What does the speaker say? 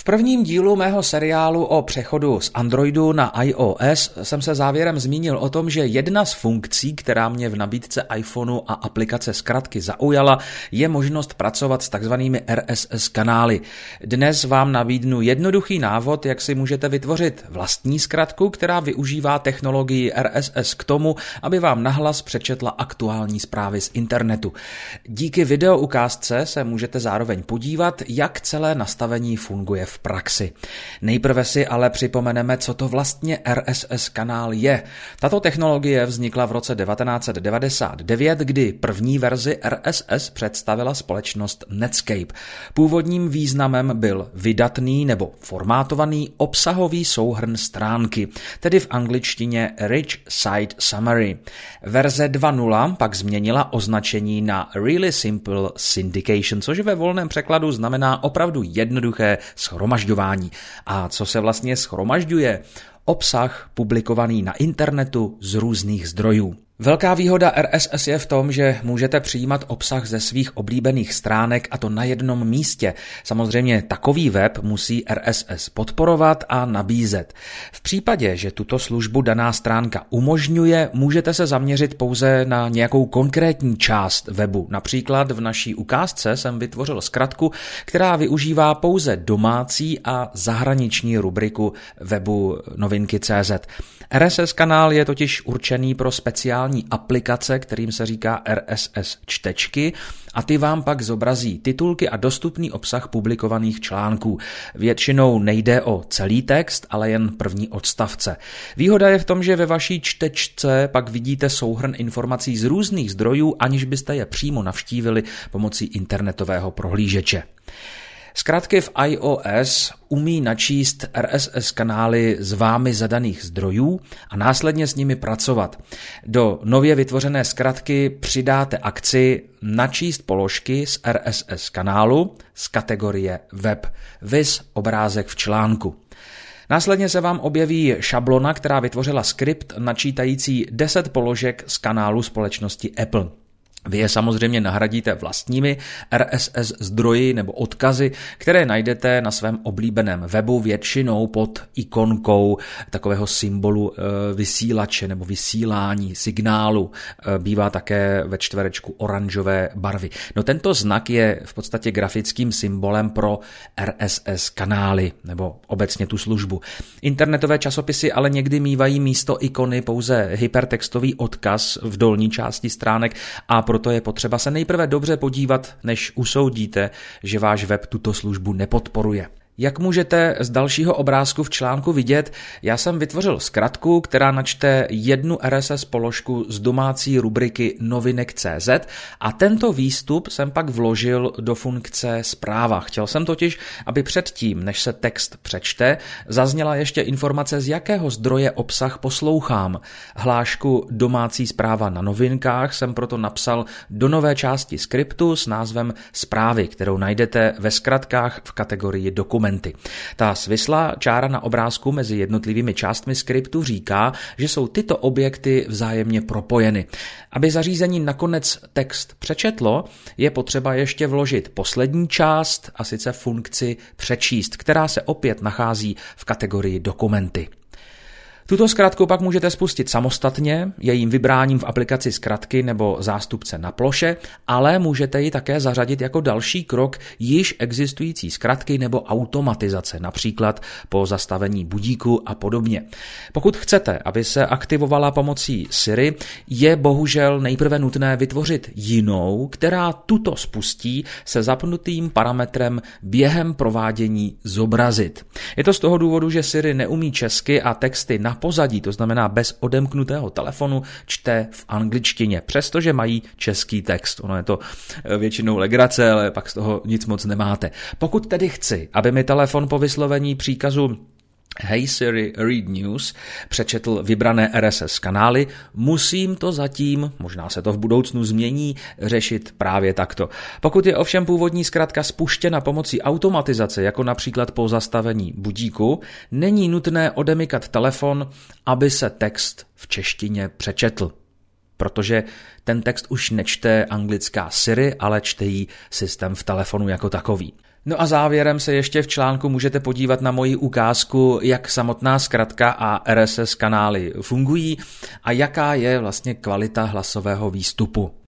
V prvním dílu mého seriálu o přechodu z Androidu na iOS jsem se závěrem zmínil o tom, že jedna z funkcí, která mě v nabídce iPhoneu a aplikace zkratky zaujala, je možnost pracovat s takzvanými RSS kanály. Dnes vám nabídnu jednoduchý návod, jak si můžete vytvořit vlastní zkratku, která využívá technologii RSS k tomu, aby vám nahlas přečetla aktuální zprávy z internetu. Díky videoukázce se můžete zároveň podívat, jak celé nastavení funguje v praxi. Nejprve si ale připomeneme, co to vlastně RSS kanál je. Tato technologie vznikla v roce 1999, kdy první verzi RSS představila společnost Netscape. Původním významem byl vydatný nebo formátovaný obsahový souhrn stránky, tedy v angličtině Rich Site Summary. Verze 2.0 pak změnila označení na Really Simple Syndication, což ve volném překladu znamená opravdu jednoduché shromažďování. A co se vlastně shromažďuje? Obsah publikovaný na internetu z různých zdrojů. Velká výhoda RSS je v tom, že můžete přijímat obsah ze svých oblíbených stránek a to na jednom místě. Samozřejmě takový web musí RSS podporovat a nabízet. V případě, že tuto službu daná stránka umožňuje, můžete se zaměřit pouze na nějakou konkrétní část webu. Například v naší ukázce jsem vytvořil zkratku, která využívá pouze domácí a zahraniční rubriku webu novinky.cz. RSS kanál je totiž určený pro speciální aplikace, kterým se říká RSS čtečky, a ty vám pak zobrazí titulky a dostupný obsah publikovaných článků. Většinou nejde o celý text, ale jen první odstavce. Výhoda je v tom, že ve vaší čtečce pak vidíte souhrn informací z různých zdrojů, aniž byste je přímo navštívili pomocí internetového prohlížeče. Zkratky v iOS umí načíst RSS kanály z vámi zadaných zdrojů a následně s nimi pracovat. Do nově vytvořené zkratky přidáte akci načíst položky z RSS kanálu z kategorie web, viz obrázek v článku. Následně se vám objeví šablona, která vytvořila skript načítající 10 položek z kanálu společnosti Apple. Vy je samozřejmě nahradíte vlastními RSS zdroji nebo odkazy, které najdete na svém oblíbeném webu většinou pod ikonkou takového symbolu vysílače nebo vysílání signálu. Bývá také ve čtverečku oranžové barvy. No tento znak je v podstatě grafickým symbolem pro RSS kanály nebo obecně tu službu. Internetové časopisy ale někdy mívají místo ikony pouze hypertextový odkaz v dolní části stránek a proto je potřeba se nejprve dobře podívat, než usoudíte, že váš web tuto službu nepodporuje. Jak můžete z dalšího obrázku v článku vidět, já jsem vytvořil zkratku, která načte jednu RSS položku z domácí rubriky novinek.cz a tento výstup jsem pak vložil do funkce zpráva. Chtěl jsem totiž, aby předtím, než se text přečte, zazněla ještě informace, z jakého zdroje obsah poslouchám. Hlášku domácí zpráva na novinkách jsem proto napsal do nové části skriptu s názvem zprávy, kterou najdete ve zkratkách v kategorii dokumenty. Ta svislá čára na obrázku mezi jednotlivými částmi skriptu říká, že jsou tyto objekty vzájemně propojeny. Aby zařízení nakonec text přečetlo, je potřeba ještě vložit poslední část, a sice funkci přečíst, která se opět nachází v kategorii dokumenty. Tuto zkratku pak můžete spustit samostatně, jejím vybráním v aplikaci zkratky nebo zástupce na ploše, ale můžete ji také zařadit jako další krok již existující zkratky nebo automatizace, například po zastavení budíku a podobně. Pokud chcete, aby se aktivovala pomocí Siri, je bohužel nejprve nutné vytvořit jinou, která tuto spustí se zapnutým parametrem během provádění zobrazit. Je to z toho důvodu, že Siri neumí česky a texty na pozadí, to znamená bez odemknutého telefonu, čte v angličtině, přestože mají český text. Ono je to většinou legrace, ale pak z toho nic moc nemáte. Pokud tedy chci, aby mi telefon po vyslovení příkazu Hey Siri, read news přečetl vybrané RSS kanály, musím to zatím, možná se to v budoucnu změní, řešit právě takto. Pokud je ovšem původní zkratka spuštěna pomocí automatizace, jako například po zastavení budíku, není nutné odemykat telefon, aby se text v češtině přečetl. Protože ten text už nečte anglická Siri, ale čte jí systém v telefonu jako takový. No a závěrem se ještě v článku můžete podívat na moji ukázku, jak samotná zkratka a RSS kanály fungují a jaká je vlastně kvalita hlasového výstupu.